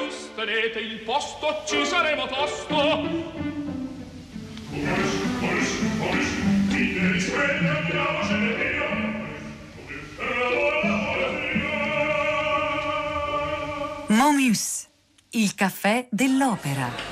Momus, tenete il posto, ci saremo tosto. Momus, il caffè dell'opera.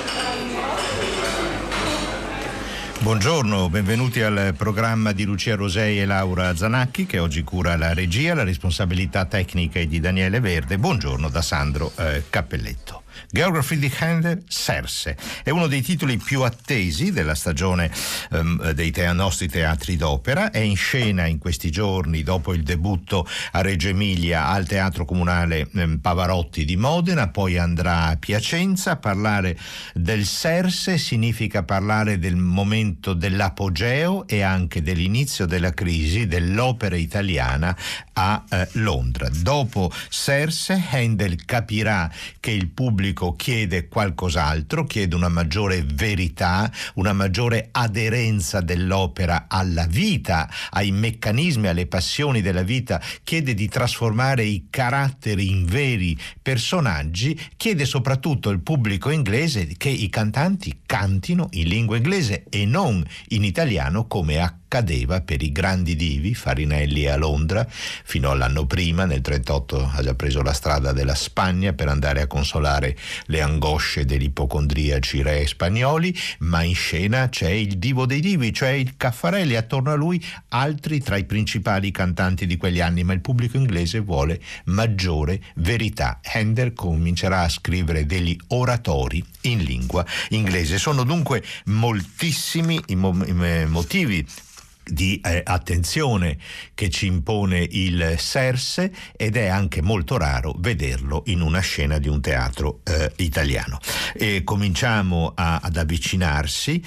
Buongiorno, benvenuti al programma di Lucia Rosei e Laura Zanacchi, che oggi cura la regia, la responsabilità tecnica è di Daniele Verde. Buongiorno da Sandro Cappelletto. Geography di Handel, Serse, è uno dei titoli più attesi della stagione dei nostri teatri d'opera. È in scena in questi giorni, dopo il debutto a Reggio Emilia, al Teatro Comunale Pavarotti di Modena, poi andrà a Piacenza. A parlare del Serse significa parlare del momento dell'apogeo e anche dell'inizio della crisi dell'opera italiana a Londra. Dopo Serse, Handel capirà che il pubblico chiede qualcos'altro, chiede una maggiore verità, una maggiore aderenza dell'opera alla vita, ai meccanismi, alle passioni della vita, chiede di trasformare i caratteri in veri personaggi, chiede soprattutto al pubblico inglese che i cantanti cantino in lingua inglese e non in italiano come accadeva per i grandi divi. Farinelli a Londra fino all'anno prima, nel 1938, ha già preso la strada della Spagna per andare a consolare le angosce degli ipocondriaci re spagnoli, ma in scena c'è il divo dei divi, cioè il Caffarelli, attorno a lui altri tra i principali cantanti di quegli anni, ma il pubblico inglese vuole maggiore verità. Handel comincerà a scrivere degli oratori in lingua inglese. Sono dunque moltissimi i motivi di attenzione che ci impone il Serse, ed è anche molto raro vederlo in una scena di un teatro italiano. E cominciamo ad avvicinarsi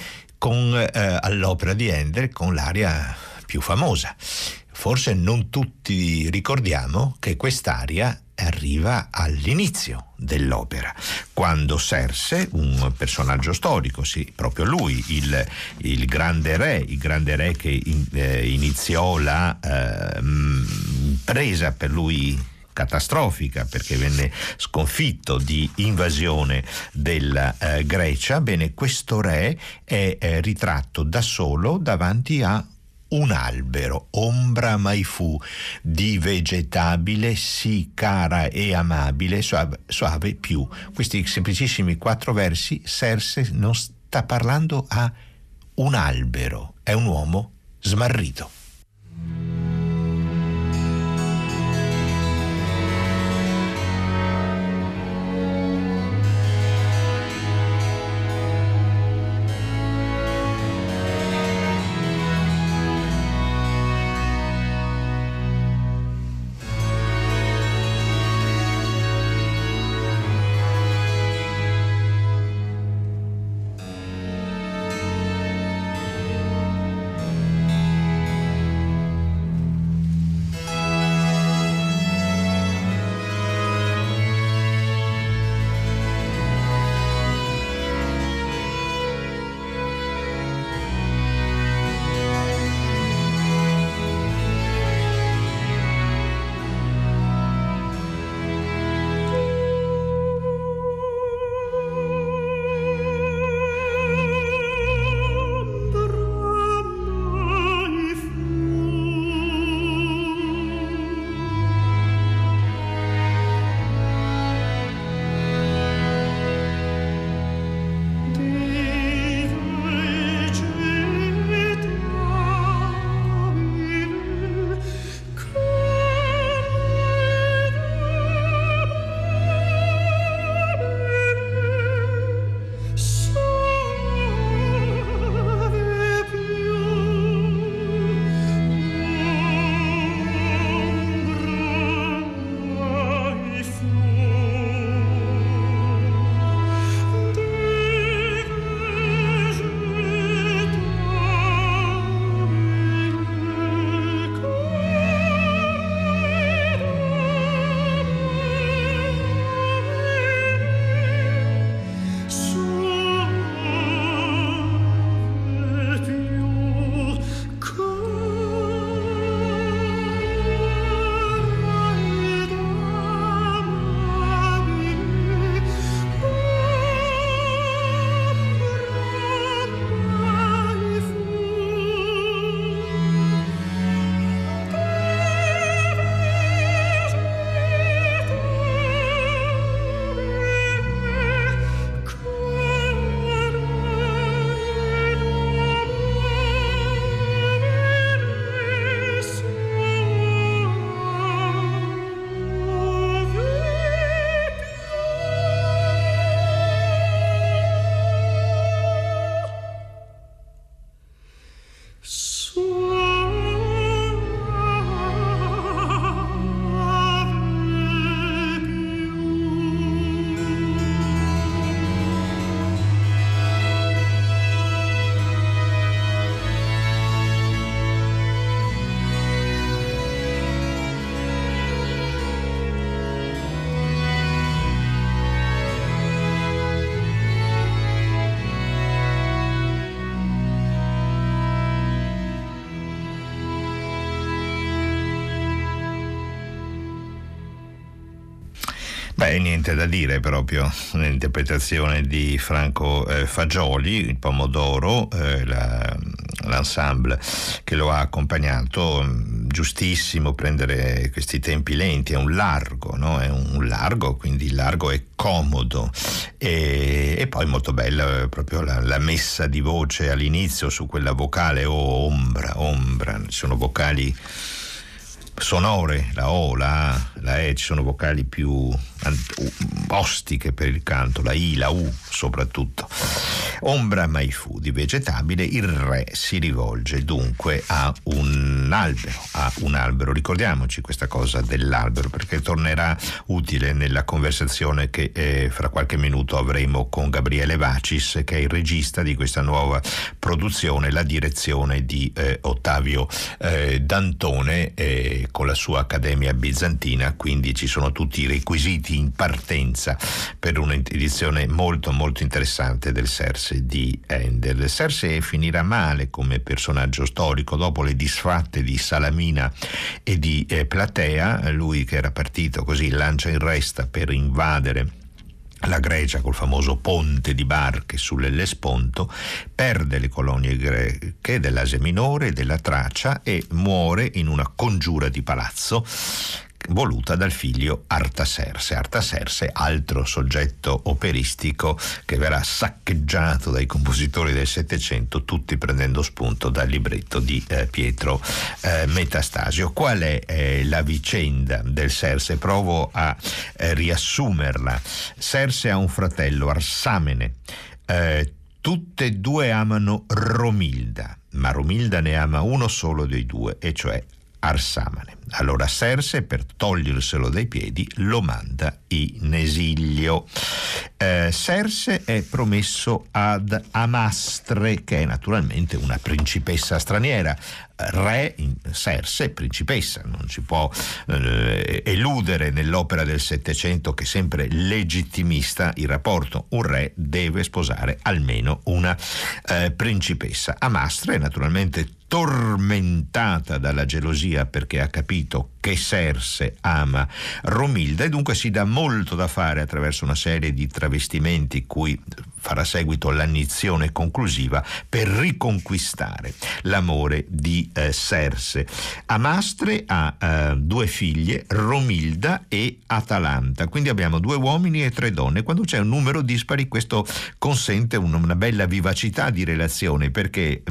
all'opera di Handel con l'aria più famosa. Forse non tutti ricordiamo che quest'aria arriva all'inizio dell'opera, quando Serse, un personaggio storico, sì, proprio lui, il grande re che iniziò la presa per lui catastrofica, perché venne sconfitto di invasione della Grecia. Bene, questo re è ritratto da solo davanti a un albero, ombra mai fu di vegetabile, sì cara e amabile, soave più. Questi semplicissimi 4 versi, Serse non sta parlando a un albero, è un uomo smarrito. Beh, niente da dire, proprio l'interpretazione di Franco Fagioli, il Pomodoro, l'ensemble che lo ha accompagnato, giustissimo prendere questi tempi lenti, è un largo, no? È un largo, quindi il largo è comodo e poi molto bella proprio la messa di voce all'inizio su quella vocale ombra, ci sono vocali sonore, la O, la A, la E, ci sono vocali più ostiche per il canto, la I, la U soprattutto. Ombra mai fu di vegetabile, il re si rivolge dunque a un albero, ricordiamoci questa cosa dell'albero perché tornerà utile nella conversazione che fra qualche minuto avremo con Gabriele Vacis, che è il regista di questa nuova produzione, la direzione di Ottavio Dantone, con la sua Accademia Bizantina, quindi ci sono tutti i requisiti in partenza per un'edizione molto molto interessante del Serse di Handel. Serse finirà male come personaggio storico dopo le disfatte di Salamina e di Platea, lui che era partito così lancia in resta per invadere la Grecia col famoso ponte di barche sull'Ellesponto, perde le colonie greche dell'Asia Minore e della Tracia e muore in una congiura di palazzo voluta dal figlio Artaserse. Artaserse, altro soggetto operistico che verrà saccheggiato dai compositori del Settecento, tutti prendendo spunto dal libretto di Pietro Metastasio. Qual è la vicenda del Serse? Provo a riassumerla. Serse ha un fratello, Arsamene. Tutte e due amano Romilda, ma Romilda ne ama uno solo dei due, e cioè Arsamane. Allora Serse, per toglierselo dai piedi, lo manda in esilio. Serse è promesso ad Amastre, che è naturalmente una principessa straniera. Re, Serse, principessa, non si può eludere nell'opera del Settecento, che è sempre legittimista il rapporto. Un re deve sposare almeno una principessa. Amastre è naturalmente tormentata dalla gelosia perché ha capito che Serse ama Romilda e dunque si dà molto da fare attraverso una serie di travestimenti cui farà seguito l'annizione conclusiva per riconquistare l'amore di Serse. Amastre ha due figlie, Romilda e Atalanta, quindi abbiamo 2 uomini e 3 donne. Quando c'è un numero dispari questo consente una bella vivacità di relazione, perché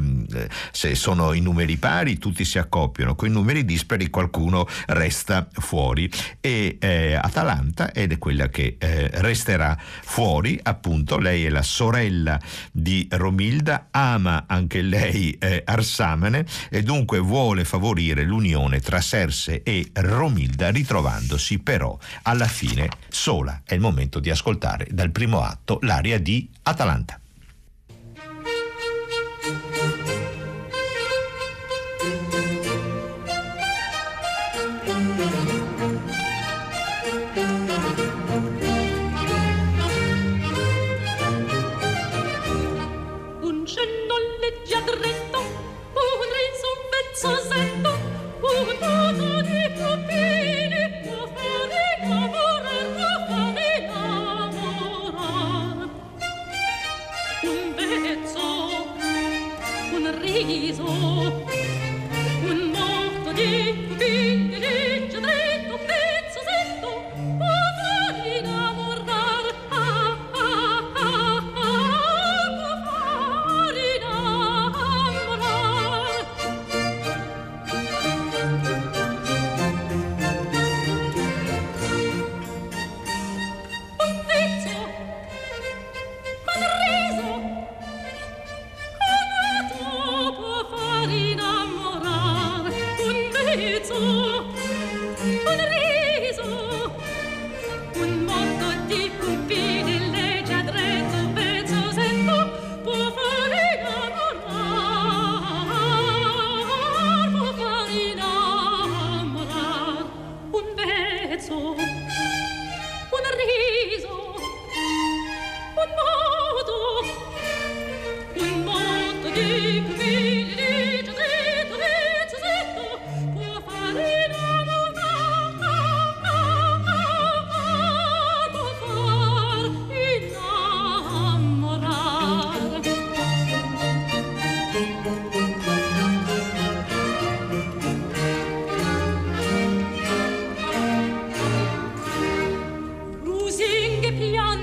se sono i numeri pari tutti si accoppiano, con i numeri dispari qualcuno resta fuori e Atalanta ed è quella che resterà fuori, appunto. Lei è la sorella di Romilda, ama anche lei Arsamene e dunque vuole favorire l'unione tra Serse e Romilda, ritrovandosi però alla fine sola. È il momento di ascoltare dal primo atto l'aria di Atalanta. Farina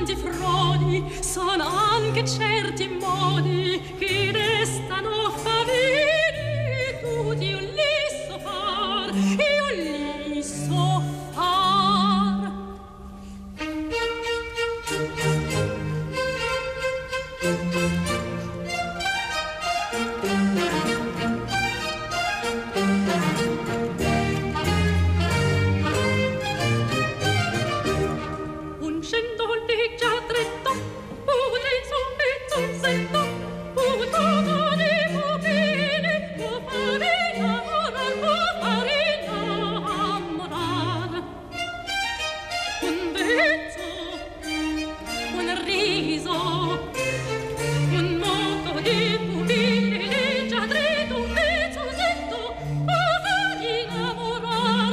tanti frodi, son anche certi modi che restano favili, tutti io li so far, io li so far. Un centoleggia dritto, utilizzo un setto, tutto di pupille, può fare innamorar. Un vezzo, un riso, un moto di pupille, già dritto, un vezzo setto, può fare innamorar.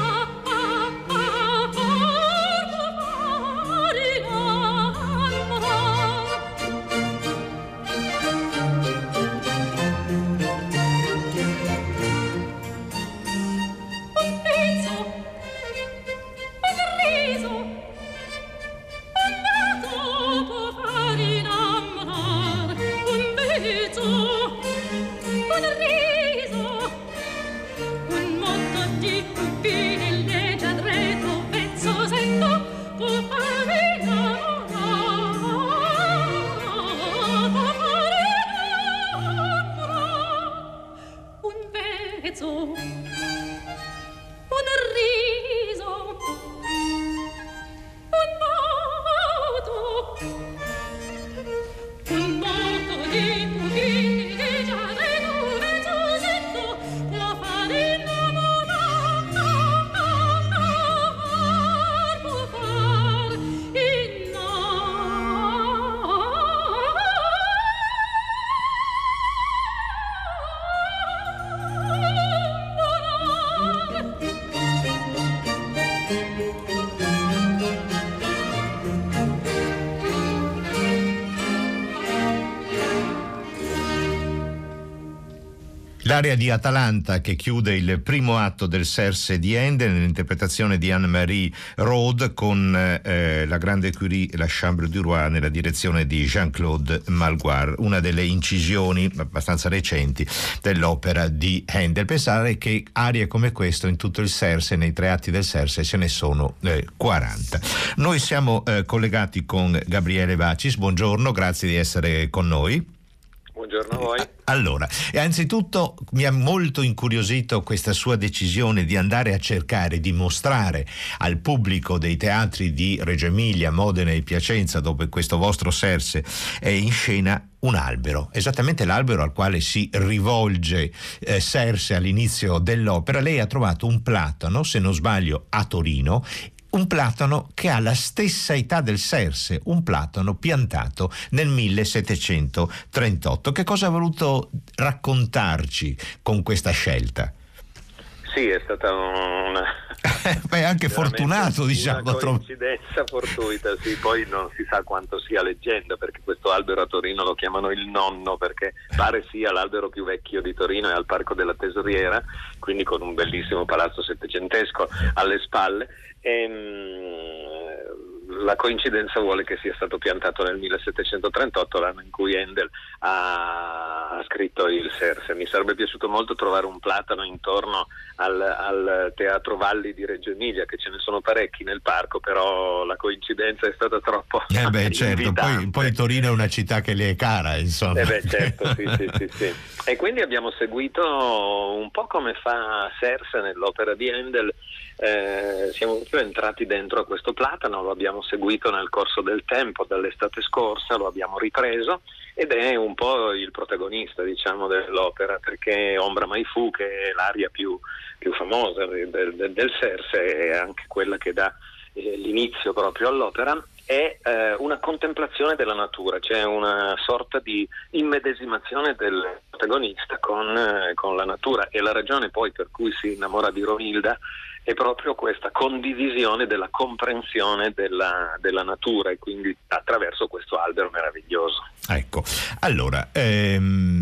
L'aria di Atalanta che chiude il primo atto del Serse di Handel nell'interpretazione di Anne-Marie Rode con la Grande Curie e la Chambre du Roi nella direzione di Jean-Claude Malguard, una delle incisioni abbastanza recenti dell'opera di Handel. Pensare che arie come questo in tutto il Serse, nei tre atti del Serse, ce ne sono 40. Noi siamo collegati con Gabriele Vacis, buongiorno, grazie di essere con noi. Buongiorno a voi. Allora, anzitutto mi ha molto incuriosito questa sua decisione di andare a cercare di mostrare al pubblico dei teatri di Reggio Emilia, Modena e Piacenza, dove questo vostro Serse è in scena, un albero, esattamente l'albero al quale si rivolge Serse all'inizio dell'opera. Lei ha trovato un platano, se non sbaglio, a Torino, un platano che ha la stessa età del Serse, un platano piantato nel 1738. Che cosa ha voluto raccontarci con questa scelta? Sì, è stata una Beh, anche fortunato, diciamo. Una coincidenza fortuita, sì, poi non si sa quanto sia leggenda, perché questo albero a Torino lo chiamano il nonno, perché pare sia l'albero più vecchio di Torino, è al Parco della Tesoriera, quindi con un bellissimo palazzo settecentesco alle spalle. La coincidenza vuole che sia stato piantato nel 1738, l'anno in cui Handel ha scritto il Serse. Mi sarebbe piaciuto molto trovare un platano intorno al Teatro Valli di Reggio Emilia, che ce ne sono parecchi nel parco, però la coincidenza è stata troppo certo, poi Torino è una città che le è cara, insomma. Certo, sì. E quindi abbiamo seguito un po' come fa Serse nell'opera di Handel. Siamo proprio entrati dentro a questo platano, lo abbiamo seguito nel corso del tempo, dall'estate scorsa lo abbiamo ripreso ed è un po' il protagonista, diciamo, dell'opera, perché Ombra mai fu, che è l'aria più famosa del Serse, è anche quella che dà l'inizio proprio all'opera, è una contemplazione della natura, c'è una sorta di immedesimazione del protagonista con la natura, e la ragione poi per cui si innamora di Romilda è proprio questa condivisione della comprensione della natura, e quindi attraverso questo albero meraviglioso. Ecco, allora,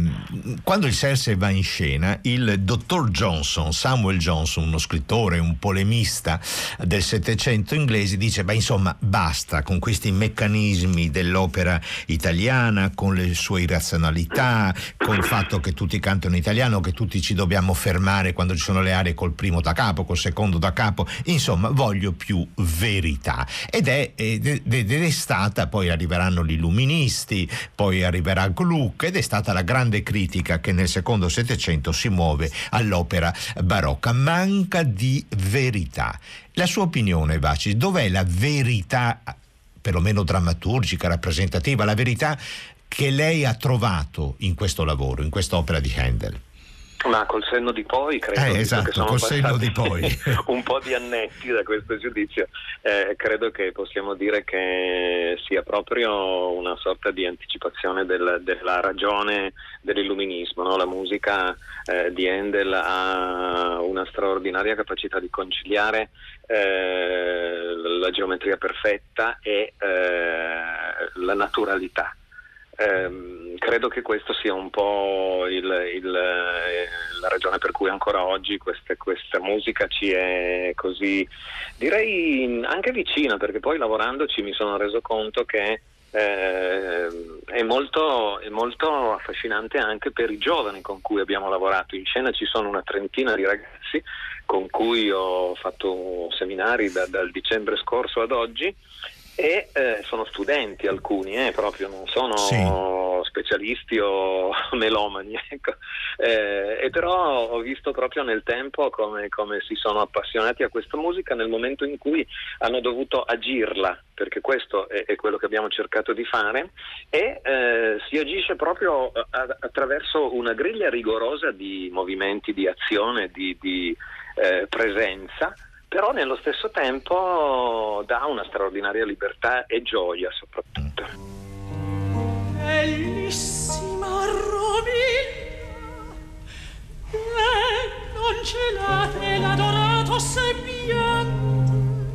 quando il Serse va in scena, il dottor Johnson, Samuel Johnson, uno scrittore, un polemista del Settecento inglese, dice: beh, insomma, basta con questi meccanismi dell'opera italiana, con le sue irrazionalità, con il fatto che tutti cantano in italiano, che tutti ci dobbiamo fermare quando ci sono le aree col primo da capo, col secondo da capo, insomma voglio più verità. Ed è stata, poi arriveranno gli illuministi, poi arriverà Gluck, ed è stata la grande critica che nel secondo Settecento si muove all'opera barocca: manca di verità. La sua opinione, Bacis, dov'è la verità, perlomeno drammaturgica, rappresentativa, la verità che lei ha trovato in questo lavoro, in quest'opera di Handel? Ma col senno di poi, credo, esatto, che sono col senno di poi un po' di annetti da questo giudizio, credo che possiamo dire che sia proprio una sorta di anticipazione della ragione dell'illuminismo, no? La musica di Handel ha una straordinaria capacità di conciliare la geometria perfetta e la naturalità. Credo che questo sia un po' la ragione per cui ancora oggi questa musica ci è così, direi, anche vicina, perché poi lavorandoci mi sono reso conto che è molto affascinante anche per i giovani con cui abbiamo lavorato. In scena ci sono una trentina di ragazzi con cui ho fatto seminari dal dicembre scorso ad oggi, e sono studenti alcuni, proprio non sono specialisti o melomani, ecco. E però ho visto proprio nel tempo come si sono appassionati a questa musica nel momento in cui hanno dovuto agirla, perché questo è quello che abbiamo cercato di fare, e si agisce proprio attraverso una griglia rigorosa di movimenti, di azione, di presenza, però nello stesso tempo dà una straordinaria libertà e gioia soprattutto. Bellissima Romilda, lei non celate l'adorato sembiante.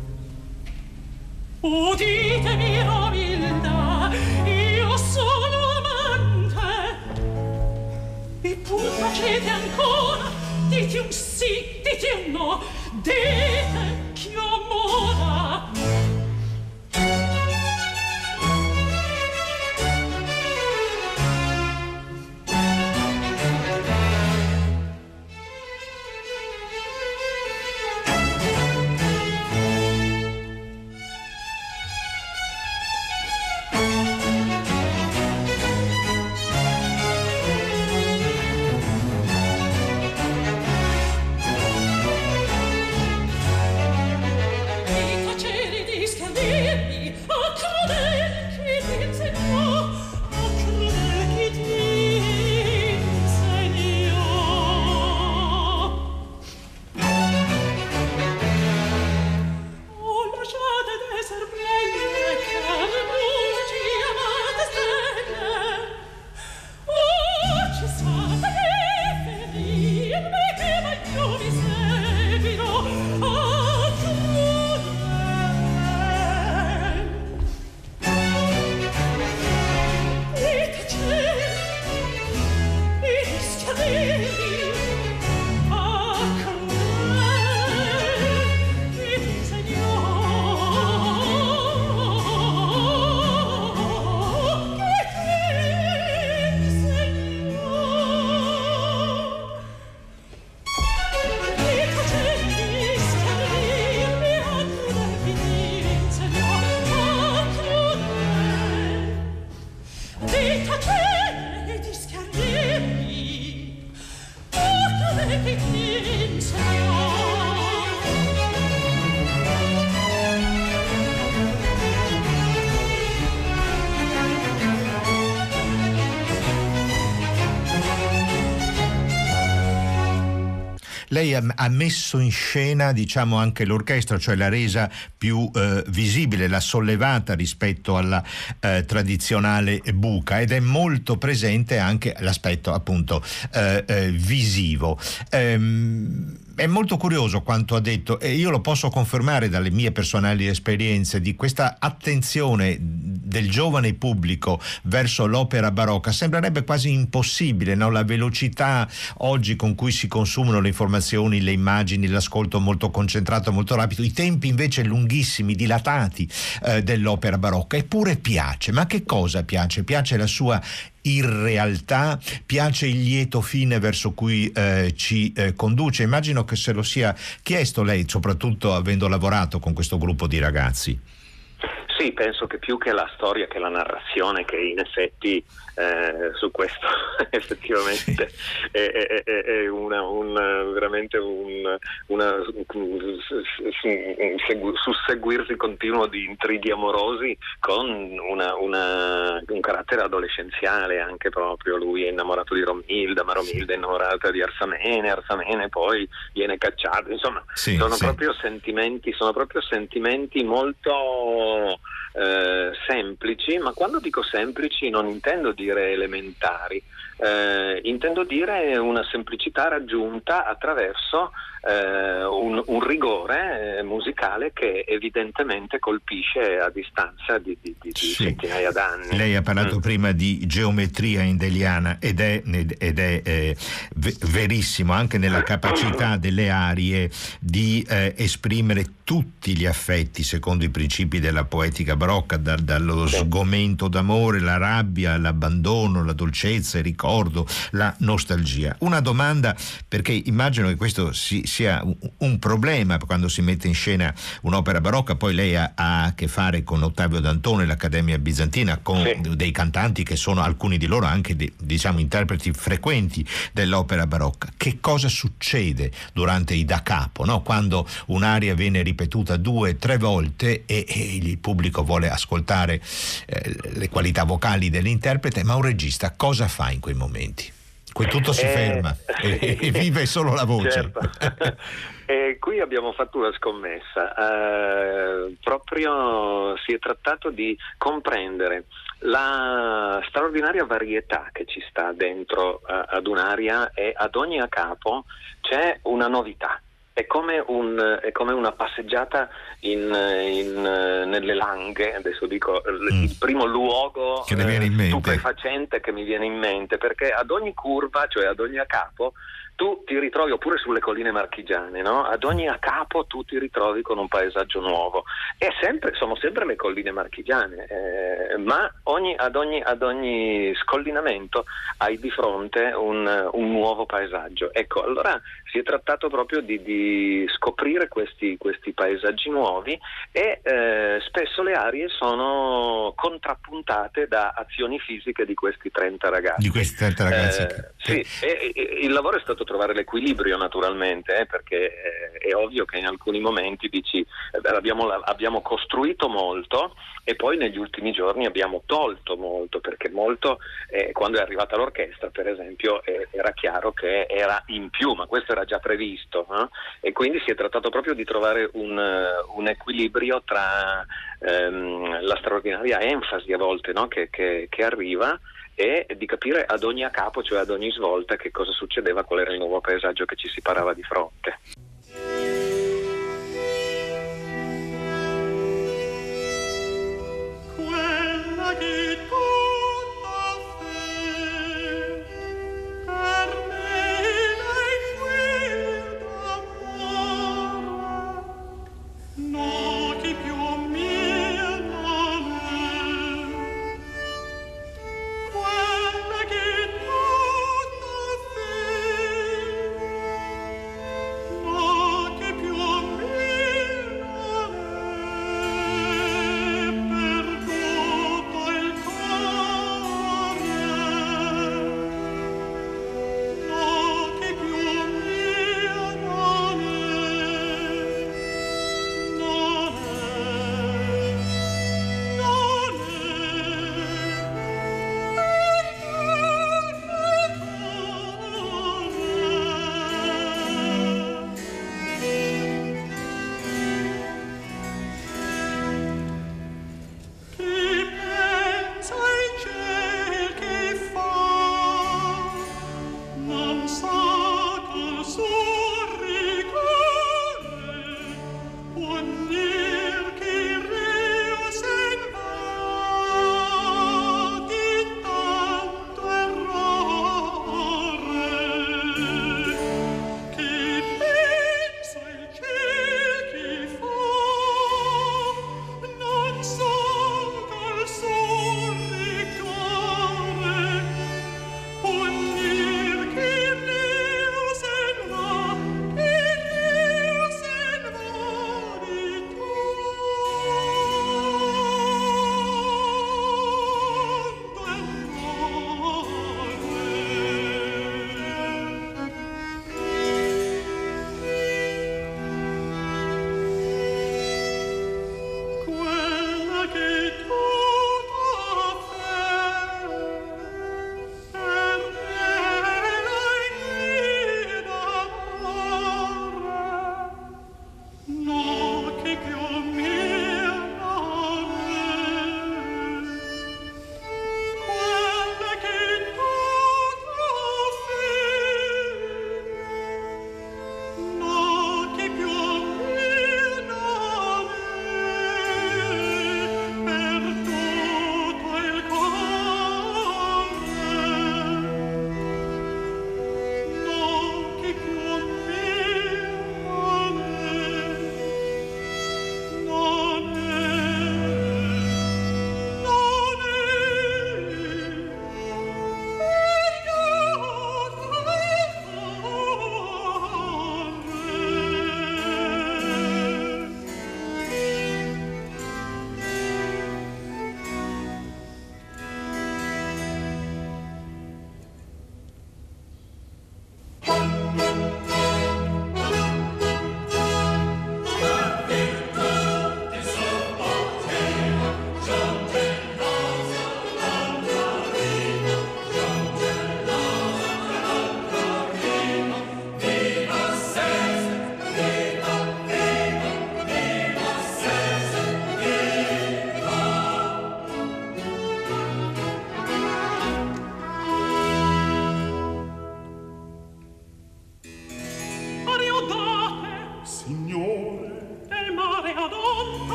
Uditemi Romilda, io sono amante. Vi pur facete ancora, dite un sì, dite un no, dite ch'io mora. Lei ha messo in scena, diciamo, anche l'orchestra, cioè l'ha resa più visibile, l'ha sollevata rispetto alla tradizionale buca, ed è molto presente anche l'aspetto appunto visivo. È molto curioso quanto ha detto, e io lo posso confermare dalle mie personali esperienze, di questa attenzione del giovane pubblico verso l'opera barocca sembrerebbe quasi impossibile, no? La velocità oggi con cui si consumano le informazioni, le immagini, l'ascolto molto concentrato, molto rapido, i tempi invece lunghissimi, dilatati dell'opera barocca, eppure piace. Ma che cosa piace? Piace la sua irrealtà, piace il lieto fine verso cui ci conduce. Immagino che se lo sia chiesto lei, soprattutto avendo lavorato con questo gruppo di ragazzi. Sì, penso che più che la storia, che la narrazione, che in effetti su questo effettivamente è veramente un susseguirsi continuo di intrighi amorosi con un carattere adolescenziale anche proprio. Lui è innamorato di Romilda, ma Romilda è innamorata di Arsamene poi viene cacciato, insomma sono proprio sentimenti molto semplici, ma quando dico semplici non intendo dire elementari, intendo dire una semplicità raggiunta attraverso un rigore musicale che evidentemente colpisce a distanza di centinaia d'anni. Lei ha parlato prima di geometria endeliana ed è verissimo anche nella capacità delle arie di esprimere tutti gli affetti secondo i principi della poetica barocca, dallo sgomento d'amore, la rabbia, l'abbandono, la dolcezza, il ricordo, la nostalgia. Una domanda, perché immagino che questo sia un problema quando si mette in scena un'opera barocca. Poi lei ha a che fare con Ottavio Dantone, l'Accademia Bizantina, con dei cantanti che sono alcuni di loro anche interpreti frequenti dell'opera barocca. Che cosa succede durante i da capo, no? Quando un'aria viene ripetuta 2-3 volte e il pubblico vuole ascoltare le qualità vocali dell'interprete, ma un regista cosa fa in quei momenti? Qui tutto si ferma e vive solo la voce. Certo. Qui abbiamo fatto una scommessa, proprio si è trattato di comprendere la straordinaria varietà che ci sta dentro ad un'aria, e ad ogni a capo c'è una novità. È come una passeggiata nelle Langhe, adesso dico il primo luogo stupefacente che mi viene in mente, perché ad ogni curva, cioè ad ogni a capo, tu ti ritrovi, oppure sulle colline marchigiane, no? Ad ogni a capo tu ti ritrovi con un paesaggio nuovo. Sono sempre le colline marchigiane, ma ad ogni scollinamento hai di fronte un nuovo paesaggio. Ecco, allora si è trattato proprio di scoprire questi paesaggi nuovi, e spesso le arie sono contrappuntate da azioni fisiche di questi 30 ragazzi. Di questi 30 ragazzi. Sì, e il lavoro è stato trovare l'equilibrio, naturalmente, perché è ovvio che in alcuni momenti dici abbiamo costruito molto e poi negli ultimi giorni abbiamo tolto molto, perché molto quando è arrivata l'orchestra, per esempio, era chiaro che era in più, ma questo era già previsto, e quindi si è trattato proprio di trovare un equilibrio tra la straordinaria enfasi a volte, no? che arriva, e di capire ad ogni a capo, cioè ad ogni svolta, che cosa succedeva, qual era il nuovo paesaggio che ci si parava di fronte. Oh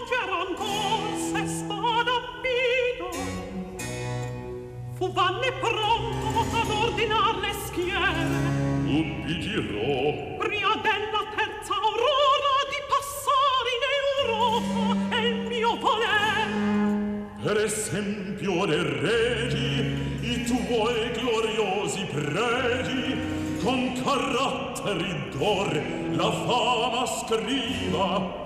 c'era ancor se spada pido. Fu vanne pronto ad ordinar le schiere. Ubbidirò. Prima della terza aurora di passare in Europa è il mio voler. Per esempio dei regi, i tuoi gloriosi pregi, con caratteri d'or la fama scriva.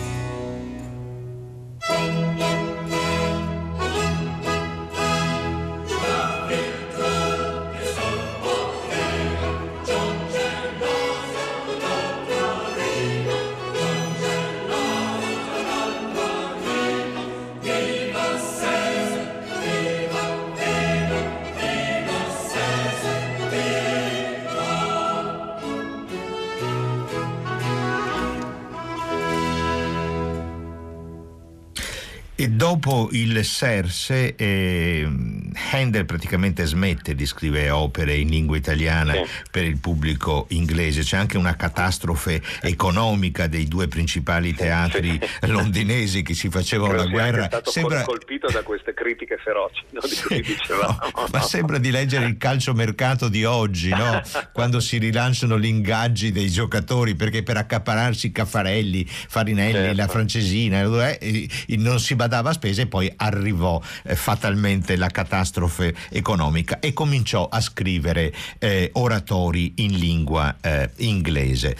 E dopo il Serse, Handel praticamente smette di scrivere opere in lingua italiana per il pubblico inglese. C'è anche una catastrofe economica dei due principali teatri londinesi che si facevano la guerra. È stato colpito da queste critiche feroci, no, di cui dicevamo. No, ma sembra di leggere il calciomercato di oggi, no? Quando si rilanciano gli ingaggi dei giocatori perché per accapararsi Caffarelli, Farinelli, la Francesina, non si badava a spese, e poi arrivò fatalmente la catastrofe economica e cominciò a scrivere oratori in lingua inglese.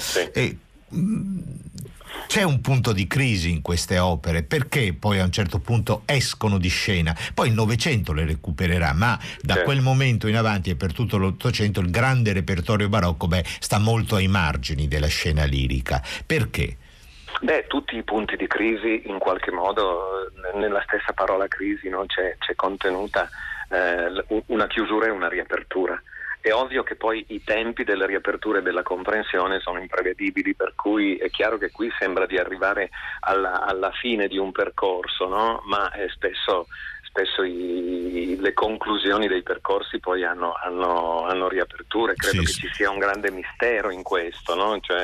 C'è un punto di crisi in queste opere, perché poi a un certo punto escono di scena. Poi il Novecento le recupererà, ma da quel momento in avanti e per tutto l'Ottocento il grande repertorio barocco sta molto ai margini della scena lirica. Perché? Tutti i punti di crisi in qualche modo nella stessa parola crisi, no? C'è contenuta una chiusura e una riapertura. È ovvio che poi i tempi delle riaperture e della comprensione sono imprevedibili, per cui è chiaro che qui sembra di arrivare alla fine di un percorso, no? Ma spesso le conclusioni dei percorsi poi hanno riaperture. Credo che ci sia un grande mistero in questo, no? Cioè,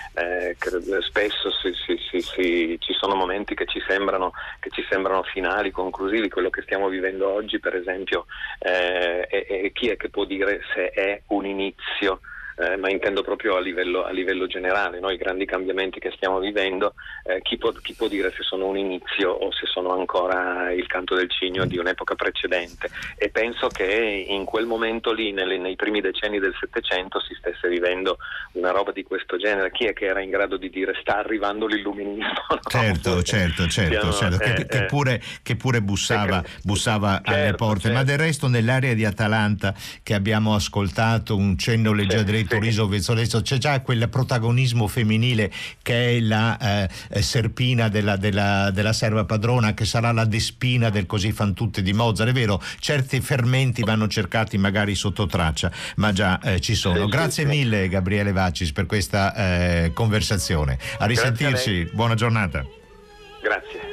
spesso ci sono momenti che ci sembrano finali, conclusivi. Quello che stiamo vivendo oggi, per esempio, chi è che può dire se è un inizio? Ma intendo proprio a livello generale, no? I grandi cambiamenti che stiamo vivendo, chi può dire se sono un inizio o se sono ancora il canto del cigno di un'epoca precedente? E penso che in quel momento lì, nei primi decenni del Settecento, si stesse vivendo una roba di questo genere. Chi è che era in grado di dire sta arrivando l'illuminismo? No? Certo. Che pure bussava alle porte. Ma del resto, nell'area di Atalanta che abbiamo ascoltato, un cenno leggermente riso verso c'è già quel protagonismo femminile che è la Serpina della serva padrona, che sarà la Despina del Così fan tutte di Mozart. È vero, certi fermenti vanno cercati magari sotto traccia, ma già ci sono. Grazie mille Gabriele Vaccis per questa conversazione. A risentirci, buona giornata. Grazie.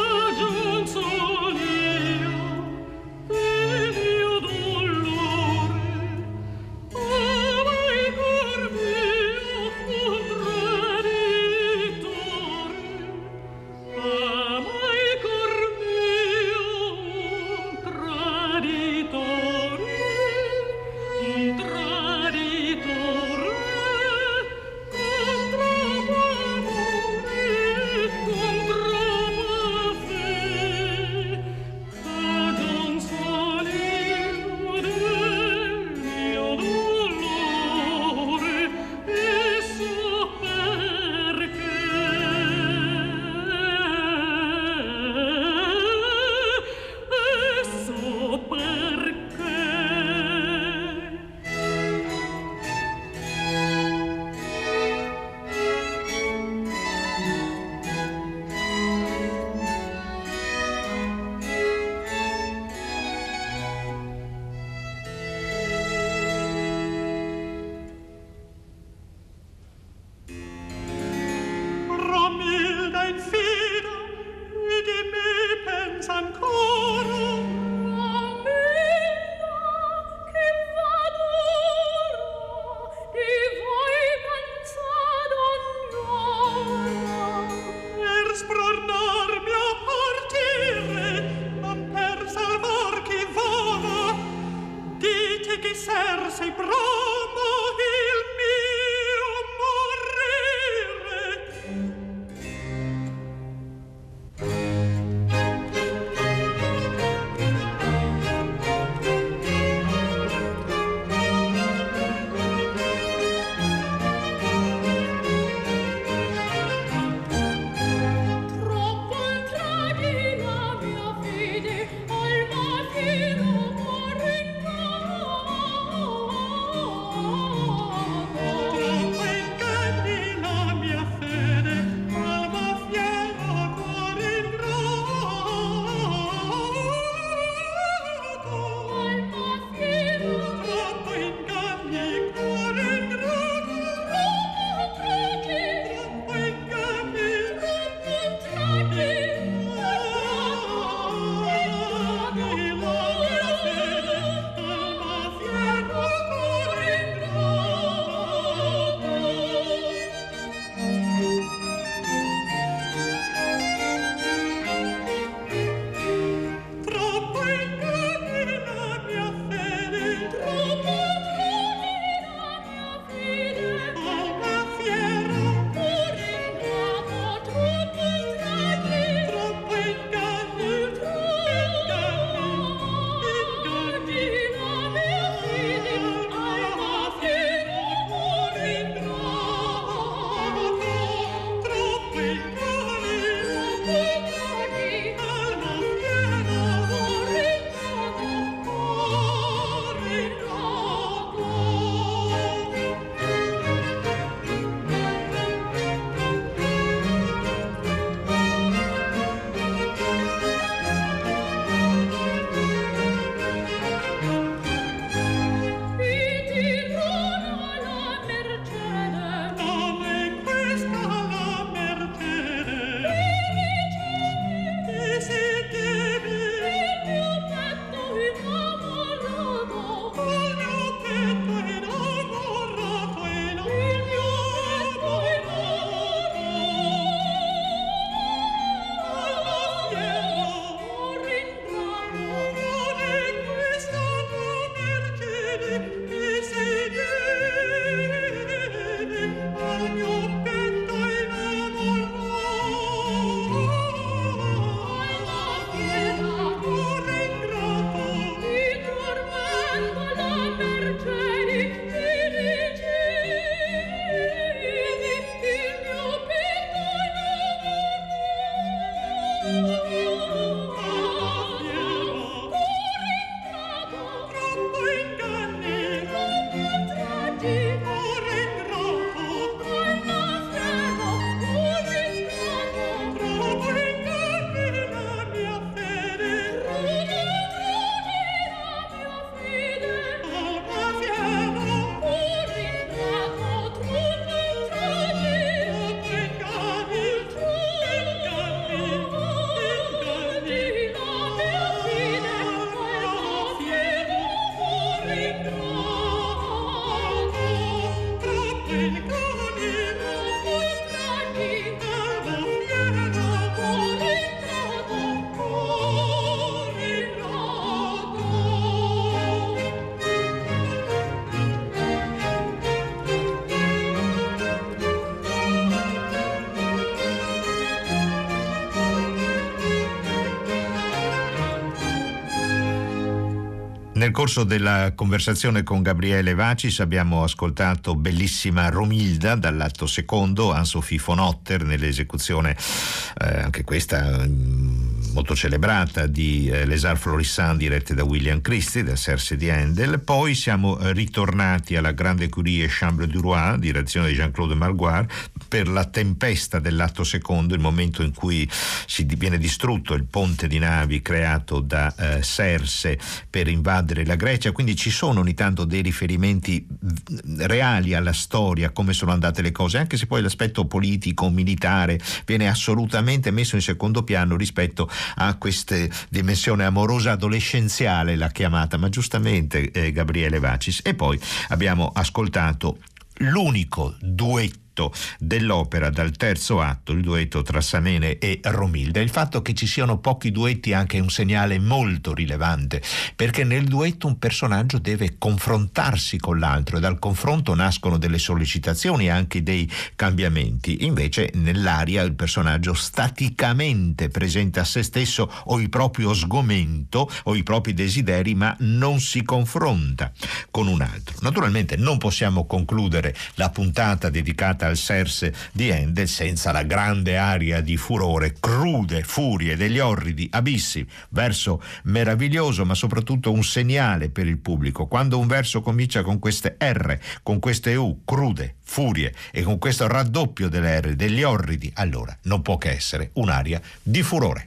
Dolore Nel corso della conversazione con Gabriele Vacis abbiamo ascoltato bellissima Romilda dall'atto secondo, Anne-Sophie von Otter nell'esecuzione anche questa molto celebrata di Les Arts Florissants dirette da William Christie, del Serse di Handel. Poi siamo ritornati alla Grande Curie e Chambre du Roi, direzione di Jean-Claude Marguard, per la tempesta dell'atto secondo, il momento in cui viene distrutto il ponte di navi creato da Serse per invadere la Grecia. Quindi ci sono ogni tanto dei riferimenti reali alla storia, come sono andate le cose, anche se poi l'aspetto politico, militare viene assolutamente messo in secondo piano rispetto a questa dimensione amorosa adolescenziale, l'ha chiamata, ma giustamente Gabriele Vacis. E poi abbiamo ascoltato l'unico duetto dell'opera dal terzo atto, il duetto tra Samene e Romilda. Il fatto che ci siano pochi duetti è anche un segnale molto rilevante, perché nel duetto un personaggio deve confrontarsi con l'altro e dal confronto nascono delle sollecitazioni e anche dei cambiamenti. Invece nell'aria il personaggio staticamente presenta a se stesso o il proprio sgomento o i propri desideri, ma non si confronta con un altro. Naturalmente non possiamo concludere la puntata dedicata al Serse di Handel senza la grande aria di furore, crude furie degli orridi abissi, verso meraviglioso ma soprattutto un segnale per il pubblico. Quando un verso comincia con queste R, con queste U, crude, furie, e con questo raddoppio delle R, degli orridi, allora non può che essere un'aria di furore.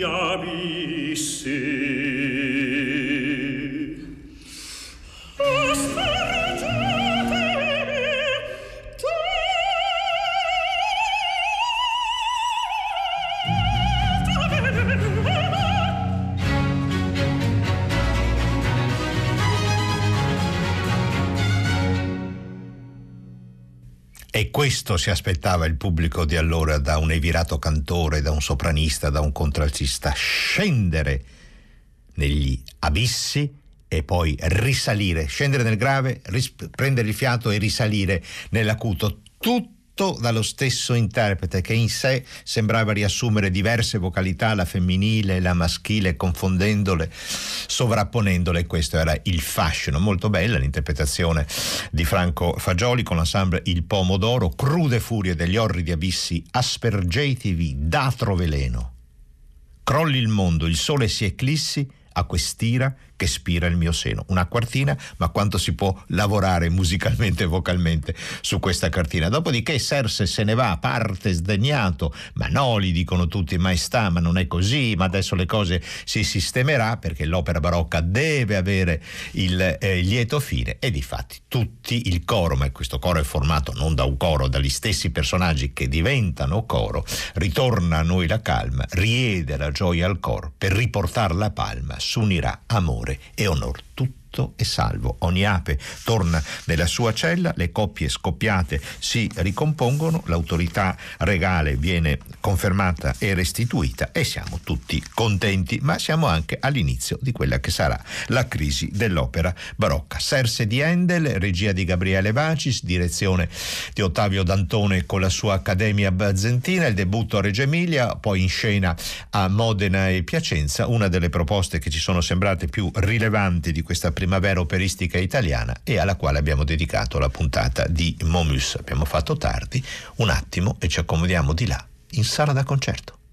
E questo si aspettava il pubblico di allora da un evirato cantore, da un sopranista, da un contraltista: scendere negli abissi e poi risalire, scendere nel grave, prendere il fiato e risalire nell'acuto. Tutto dallo stesso interprete, che in sé sembrava riassumere diverse vocalità, la femminile e la maschile, confondendole, sovrapponendole. Questo era il fascino. Molto bella l'interpretazione di Franco Fagioli con l'ensemble Il Pomodoro. Crude furie degli orridi abissi, aspergetevi d'atro veleno. Crolli il mondo, il sole si eclissi a quest'ira che spira il mio seno. Una quartina, ma quanto si può lavorare musicalmente e vocalmente su questa quartina. Dopodiché Serse se ne va, parte sdegnato, ma no, gli dicono tutti: maestà, ma non è così, ma adesso le cose si sistemerà, perché l'opera barocca deve avere il lieto fine. E difatti tutti, il coro, ma questo coro è formato non da un coro, dagli stessi personaggi che diventano coro, ritorna a noi la calma, riede la gioia al cor, per riportar la palma s'unirà amore e onor. Tutto è salvo. Ogni ape torna nella sua cella, le coppie scoppiate si ricompongono, l'autorità regale viene confermata e restituita e siamo tutti contenti, ma siamo anche all'inizio di quella che sarà la crisi dell'opera barocca. Serse di Handel, regia di Gabriele Bacis, direzione di Ottavio Dantone con la sua Accademia Bazzentina, il debutto a Reggio Emilia, poi in scena a Modena e Piacenza, una delle proposte che ci sono sembrate più rilevanti di questa primavera operistica italiana e alla quale abbiamo dedicato la puntata di Momus. Abbiamo fatto tardi, un attimo, e ci accomodiamo di là in sala da concerto.